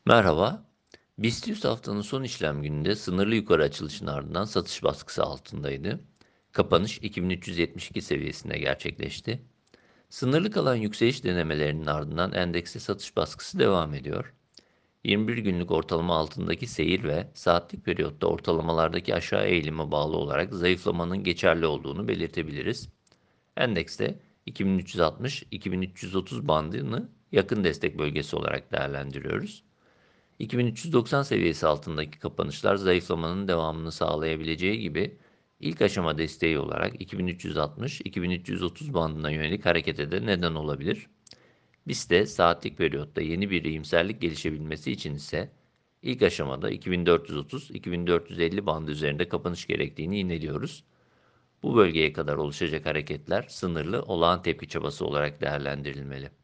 Merhaba. BIST 100 haftanın son işlem gününde sınırlı yukarı açılışın ardından satış baskısı altındaydı. Kapanış 2372 seviyesinde gerçekleşti. Sınırlı kalan yükseliş denemelerinin ardından endekste satış baskısı devam ediyor. 21 günlük ortalama altındaki seyir ve saatlik periyotta ortalamalardaki aşağı eğilime bağlı olarak zayıflamanın geçerli olduğunu belirtebiliriz. Endekste 2360-2330 bandını yakın destek bölgesi olarak değerlendiriyoruz. 2390 seviyesi altındaki kapanışlar zayıflamanın devamını sağlayabileceği gibi ilk aşama desteği olarak 2360-2330 bandına yönelik harekete de neden olabilir. BIST'te saatlik periyotta yeni bir iyimserlik gelişebilmesi için ise ilk aşamada 2430-2450 bandı üzerinde kapanış gerektiğini ineliyoruz. Bu bölgeye kadar oluşacak hareketler sınırlı olağan tepki çabası olarak değerlendirilmeli.